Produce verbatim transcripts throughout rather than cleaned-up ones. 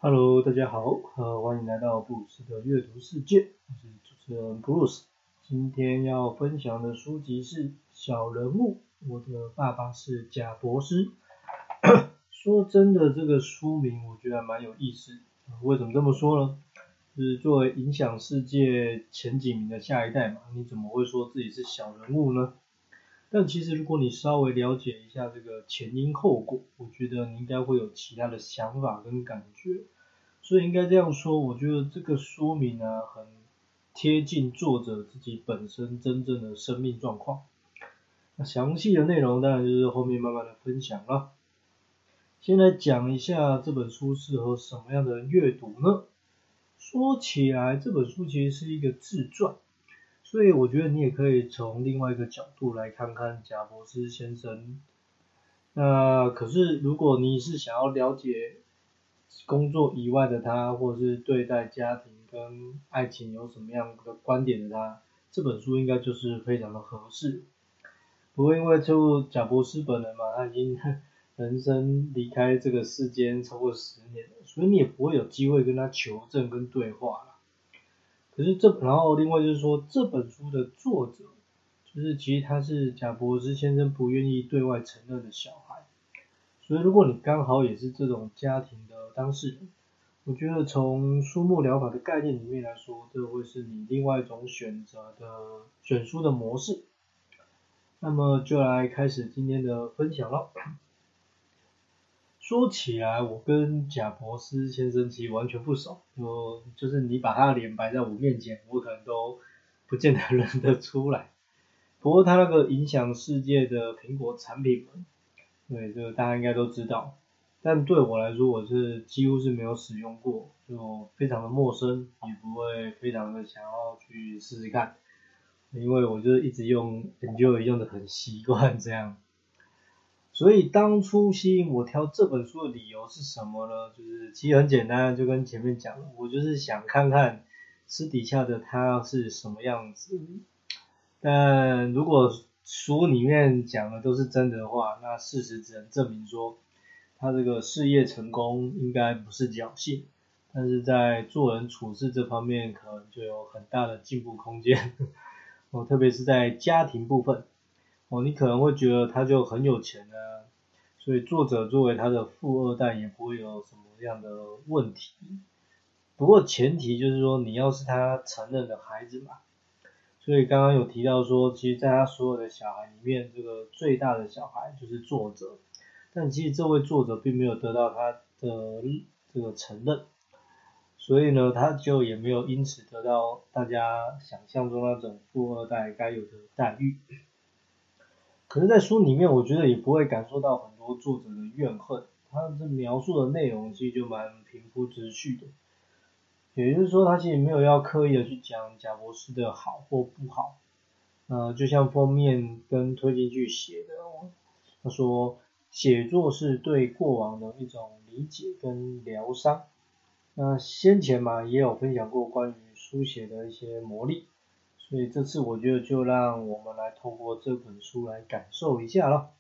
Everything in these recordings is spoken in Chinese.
Hello，大家好，呃，欢迎来到布鲁斯的阅读世界，我是主持人布鲁斯。今天要分享的书籍是《小人物》，我的爸爸是贾博士。说真的，这个书名我觉得还蛮有意思。为什么这么说呢？就是作为影响世界前几名的下一代嘛，你怎么会说自己是小人物呢？但其实如果你稍微了解一下这个前因后果，我觉得你应该会有其他的想法跟感觉。所以应该这样说，我觉得这个书名啊，很贴近作者自己本身真正的生命状况。那详细的内容当然就是后面慢慢的分享了。先来讲一下这本书适合什么样的人阅读呢？说起来，这本书其实是一个自传，所以我觉得你也可以从另外一个角度来看看贾博士先生。那可是如果你是想要了解工作以外的他，或者是对待家庭跟爱情有什么样的观点的他，这本书应该就是非常的合适。不过因为就贾博士本人嘛，他已经人生离开这个世间超过十年了，所以你也不会有机会跟他求证跟对话啦。可是这，然后另外就是说这本书的作者，就是其实他是贾博士先生不愿意对外承认的小孩，所以如果你刚好也是这种家庭的当事人，我觉得从书目疗法的概念里面来说，这会是你另外一种选择的选书的模式。那么就来开始今天的分享了。说起来，我跟贾博士先生其实完全不熟，就就是你把他的脸摆在我面前，我可能都不见得认得出来。不过他那个影响世界的苹果产品，对，这个大家应该都知道。但对我来说，我是几乎是没有使用过，就非常的陌生，也不会非常的想要去试试看，因为我就一直用 Enjoy 用的很习惯这样。所以当初吸引我挑这本书的理由是什么呢？就是其实很简单，就跟前面讲的，我就是想看看私底下的他是什么样子。但如果书里面讲的都是真的话，那事实只能证明说，他这个事业成功应该不是侥幸，但是在做人处事这方面可能就有很大的进步空间。哦，特别是在家庭部分，哦，你可能会觉得他就很有钱啊，所以作者作为他的富二代也不会有什么样的问题。不过前提就是说你要是他承认的孩子嘛。所以刚刚有提到说，其实在他所有的小孩里面，这个最大的小孩就是作者，但其实这位作者并没有得到他的这个承认，所以呢，他就也没有因此得到大家想象中那种富二代该有的待遇。可是，在书里面，我觉得也不会感受到很多作者的怨恨，他这描述的内容其实就蛮平铺直叙的。也就是说，他其实没有要刻意的去讲贾博士的好或不好，呃，就像封面跟推进去写的哦，他说写作是对过往的一种理解跟疗伤。那先前嘛也有分享过关于书写的一些魔力，所以这次我觉得就让我们来透过这本书来感受一下咯。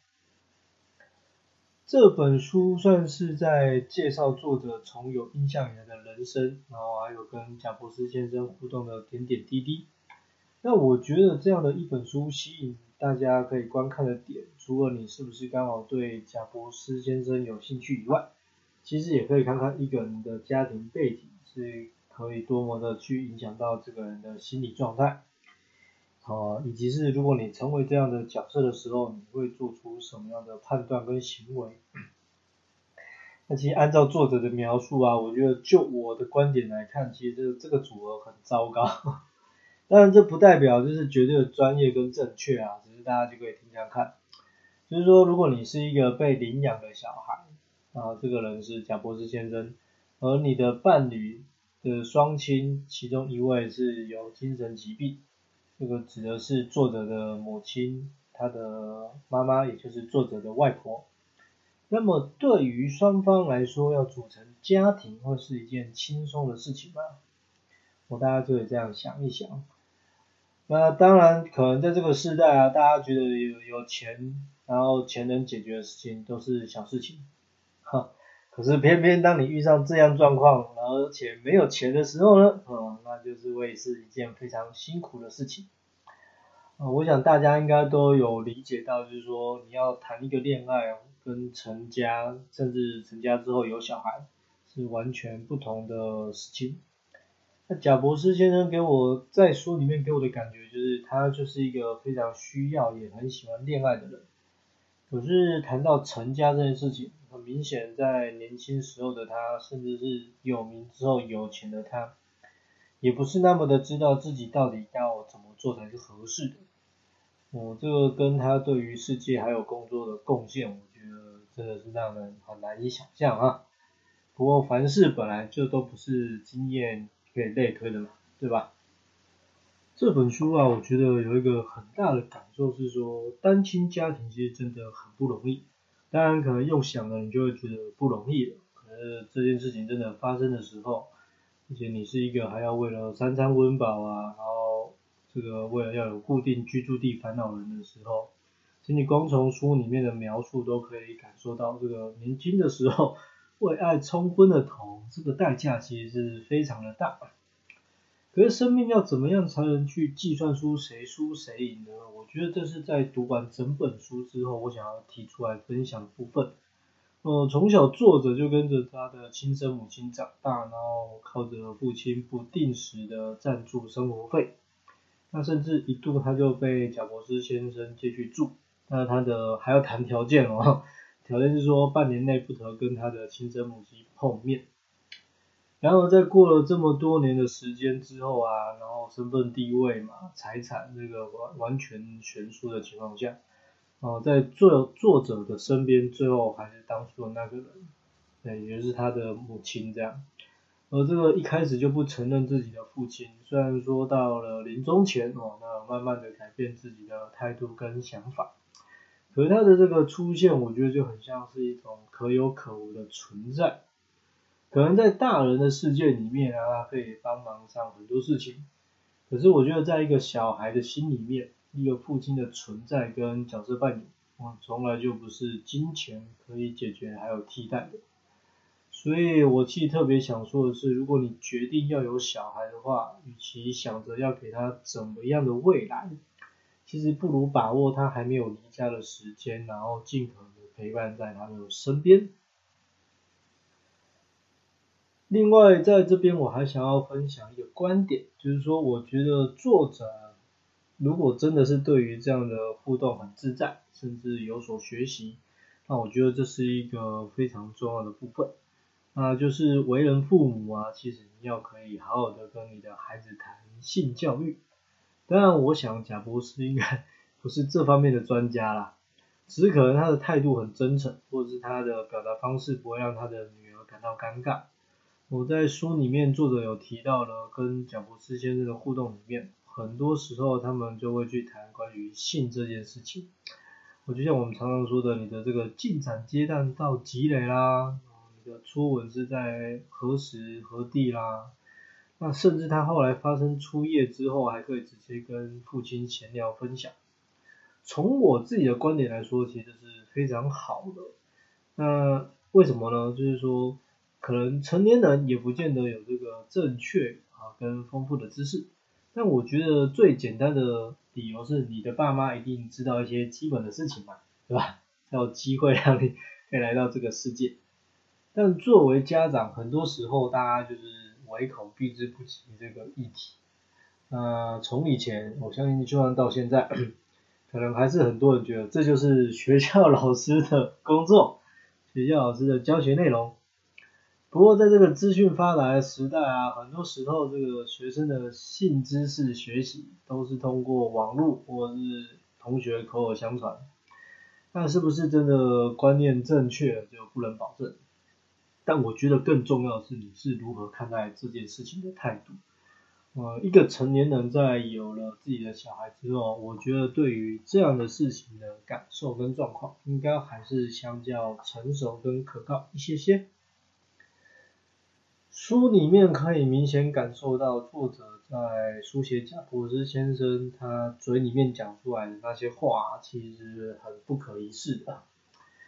这本书算是在介绍作者从有印象以来的人生，然后还有跟贾博士先生互动的点点滴滴。那我觉得这样的一本书吸引大家可以观看的点，除了你是不是刚好对贾博士先生有兴趣以外，其实也可以看看一个人的家庭背景是可以多么的去影响到这个人的心理状态，呃，以及是如果你成为这样的角色的时候，你会做出什么样的判断跟行为。那其实按照作者的描述啊，我觉得就我的观点来看，其实这个这个组合很糟糕。当然这不代表就是绝对的专业跟正确啊，只是大家就可以听听看。就是说，如果你是一个被领养的小孩，啊，这个人是贾博士先生，而你的伴侣的双亲其中一位是有精神疾病，这个指的是作者的母亲，他的妈妈也就是作者的外婆。那么对于双方来说，要组成家庭会是一件轻松的事情吗？我大家就可以这样想一想。那当然，可能在这个时代啊，大家觉得有有钱，然后钱能解决的事情都是小事情，哈。 可是偏偏当你遇上这样状况，而且没有钱的时候呢，嗯，那就是会是一件非常辛苦的事情。呃，我想大家应该都有理解到，就是说你要谈一个恋爱跟成家，甚至成家之后有小孩，是完全不同的事情。那贾博士先生给我在书里面给我的感觉就是，他就是一个非常需要也很喜欢恋爱的人。可是谈到成家这件事情，很明显在年轻时候的他，甚至是有名之后有钱的他，也不是那么的知道自己到底要怎么做才是合适的。我、嗯、这个跟他对于世界还有工作的贡献，我觉得真的是让人很难以想象啊。不过凡事本来就都不是经验可以类推的嘛，对吧？这本书啊，我觉得有一个很大的感受是说，单亲家庭其实真的很不容易。当然，可能用想了，你就会觉得不容易了。可是这件事情真的发生的时候，而且你是一个还要为了三餐温饱啊，然后这个为了要有固定居住地烦恼人的时候，其实你光从书里面的描述都可以感受到，这个年轻的时候为爱冲昏了头，这个代价其实是非常的大。可是生命要怎么样才能去计算出谁输谁赢呢？我觉得这是在读完整本书之后，我想要提出来分享的部分。呃，从小作者就跟着他的亲生母亲长大，然后靠着父亲不定时的赞助生活费。那甚至一度他就被贾博士先生接去住，那他的还要谈条件哦，条件是说半年内不得跟他的亲生母亲碰面。然后在过了这么多年的时间之后啊，然后身份地位嘛、财产这个完完全悬殊的情况下，哦、在作作者的身边，最后还是当初的那个人，对，也就是他的母亲这样。而这个一开始就不承认自己的父亲，虽然说到了临终前哦，那慢慢的改变自己的态度跟想法，可是他的这个出现，我觉得就很像是一种可有可无的存在。可能在大人的世界里面啊，可以帮忙上很多事情。可是我觉得在一个小孩的心里面，一个父亲的存在跟角色扮演，哇，从来就不是金钱可以解决还有替代的。所以我其实特别想说的是，如果你决定要有小孩的话，与其想着要给他怎么样的未来，其实不如把握他还没有离家的时间，然后尽可能的陪伴在他的身边。另外，在这边我还想要分享一个观点，就是说，我觉得作者如果真的是对于这样的互动很自在，甚至有所学习，那我觉得这是一个非常重要的部分。那就是为人父母啊，其实你要可以好好的跟你的孩子谈性教育。当然，我想贾博士应该不是这方面的专家啦，只是可能他的态度很真诚，或者是他的表达方式不会让他的女儿感到尴尬。我在书里面作者有提到了跟贾博士先生的互动里面，很多时候他们就会去谈关于性这件事情。我就像我们常常说的，你的这个进展阶段到积累啦，你的初吻是在何时何地啦，那甚至他后来发生初夜之后，还可以直接跟父亲闲聊分享。从我自己的观点来说，其实是非常好的。那为什么呢？就是说，可能成年人也不见得有这个正确啊跟丰富的知识，但我觉得最简单的理由是你的爸妈一定知道一些基本的事情嘛，对吧？才有机会让你可以来到这个世界。但作为家长，很多时候大家就是唯恐避之不及这个议题。那从以前，我相信就算到现在，可能还是很多人觉得这就是学校老师的工作，学校老师的教学内容。不过在这个资讯发达的时代啊，很多时候这个学生的性知识学习都是通过网络或者是同学口耳相传，那是不是真的观念正确就不能保证？但我觉得更重要的是你是如何看待这件事情的态度。呃，一个成年人在有了自己的小孩之后，我觉得对于这样的事情的感受跟状况，应该还是相较成熟跟可靠一些些。书里面可以明显感受到作者在书写贾博士先生他嘴里面讲出来的那些话，其实很不可一世的。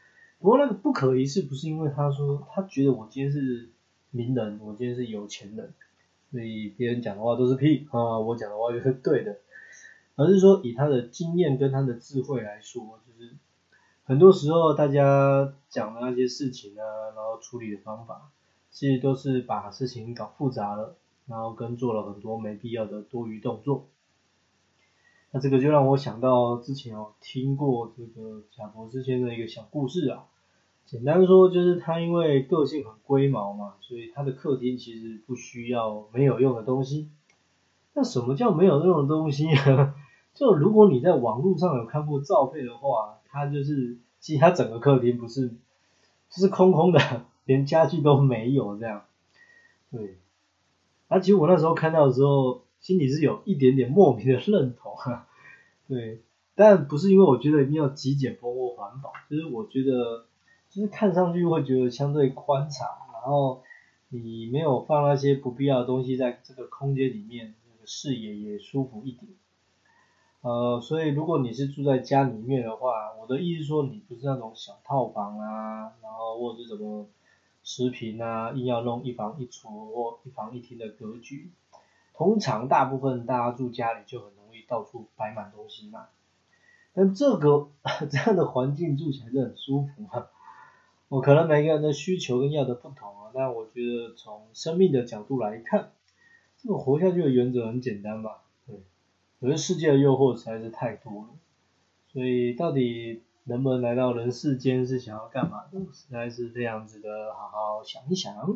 不过那个不可一世不是因为他说他觉得我今天是名人，我今天是有钱人，所以别人讲的话都是屁啊，我讲的话就是对的，而是说以他的经验跟他的智慧来说，就是很多时候大家讲的那些事情啊，然后处理的方法，其实都是把事情搞复杂了，然后跟做了很多没必要的多余动作。那这个就让我想到之前有听过这个贾博士先生的一个小故事啊。简单说就是他因为个性很龟毛嘛，所以他的客厅其实不需要没有用的东西。那什么叫没有用的东西呢？就如果你在网络上有看过照片的话，它就是其实它整个客厅不是就是空空的，连家具都没有这样。对，而其实我那时候看到的时候，心里是有一点点莫名的认同啊。对，但不是因为我觉得一定要极简风或环保，就是我觉得就是看上去会觉得相对宽敞，然后你没有放那些不必要的东西在这个空间里面，那个视野也舒服一点。呃，所以如果你是住在家里面的话，我的意思是说你不是那种小套房啊，然后或者是什么十平啊，硬要弄一房一厨或一房一厅的格局。通常大部分大家住家里就很容易到处摆满东西嘛，但这个这样的环境住起来是很舒服嘛。我可能每个人的需求跟要的不同啊，但我觉得从生命的角度来看，这个活下去的原则很简单吧。对，可是世界的诱惑实在是太多了，所以到底人们来到人世间是想要干嘛的，实在是这样子的，好好想一想。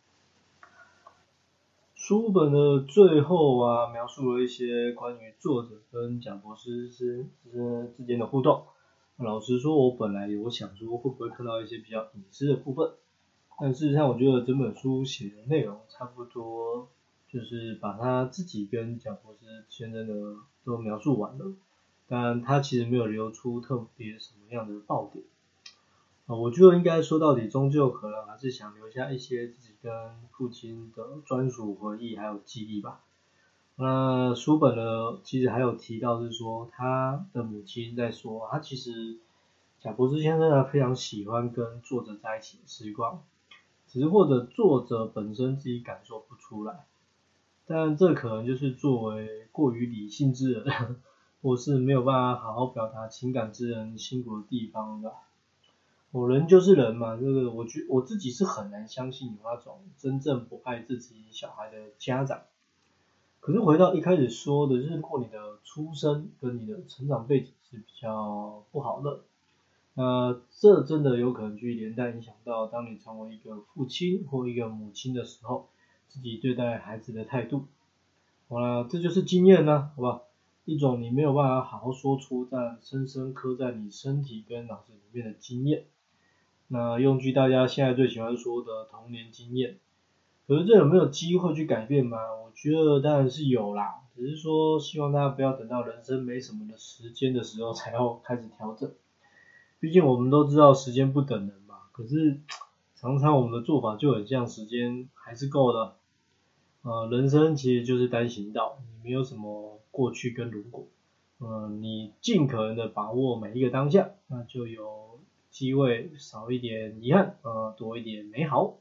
书本的最后啊，描述了一些关于作者跟贾博士之之之间的互动。老实说，我本来有想说会不会看到一些比较隐私的部分，但事实上我觉得整本书写的内容差不多，就是把他自己跟贾博士先生的都描述完了，但他其实没有留出特别什么样的爆点。啊，我觉得应该说到底，终究可能还是想留下一些自己跟父亲的专属回忆还有记忆吧。那书本呢，其实还有提到是说，他的母亲在说，他其实贾博士先生呢非常喜欢跟作者在一起的时光，只是或者作者本身自己感受不出来，但这可能就是作为过于理性之人，或是没有办法好好表达情感之人辛苦的地方吧。我人就是人嘛，这个我觉我自己是很难相信有那种真正不爱自己小孩的家长。可是回到一开始说的，就是如果你的出生跟你的成长背景是比较不好的，那这真的有可能去连带影响到当你成为一个父亲或一个母亲的时候，自己对待孩子的态度。好啦，这就是经验啦，好吧？一种你没有办法好好说出，但深深刻在你身体跟脑子里面的经验。那用句大家现在最喜欢说的童年经验，可是这有没有机会去改变吗？我觉得当然是有啦，只是说希望大家不要等到人生没什么的时间的时候才要开始调整。毕竟我们都知道时间不等人嘛，可是常常我们的做法就很像时间还是够的。呃，人生其实就是单行道，你没有什么过去跟如果，呃，你尽可能的把握每一个当下，那就有机会少一点遗憾，呃，多一点美好。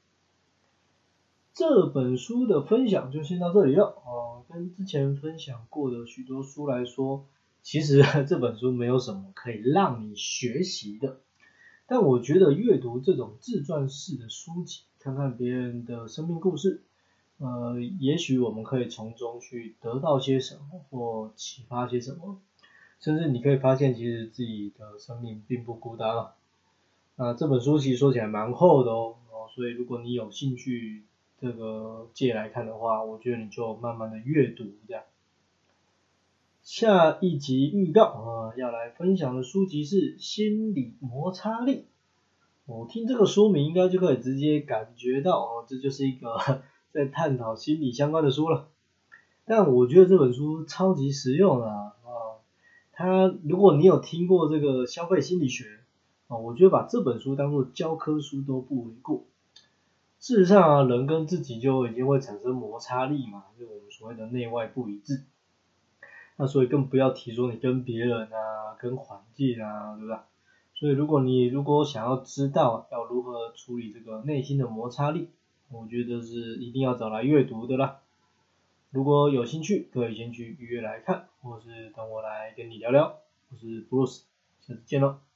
这本书的分享就先到这里了，呃，跟之前分享过的许多书来说，其实这本书没有什么可以让你学习的，但我觉得阅读这种自传式的书籍，看看别人的生命故事，呃，也许我们可以从中去得到些什么，或启发些什么，甚至你可以发现其实自己的生命并不孤单了。那这本书其实说起来蛮厚的哦，哦，所以如果你有兴趣这个借来看的话，我觉得你就慢慢的阅读这样。下一集预告啊、呃，要来分享的书籍是心理摩擦力。我、哦、听这个书名应该就可以直接感觉到哦，这就是一个在探讨心理相关的书了。但我觉得这本书超级实用的啊，哦、它如果你有听过这个消费心理学，哦，我觉得把这本书当做教科书都不为过。事实上啊，人跟自己就已经会产生摩擦力嘛，就是我们所谓的内外不一致。那所以更不要提说你跟别人啊、跟环境啊，对不对？ 所以如果你如果想要知道要如何处理这个内心的摩擦力，我觉得是一定要找来阅读的啦。如果有兴趣，可以先去预约来看，或是等我来跟你聊聊。我是 Bruce，下次见喽。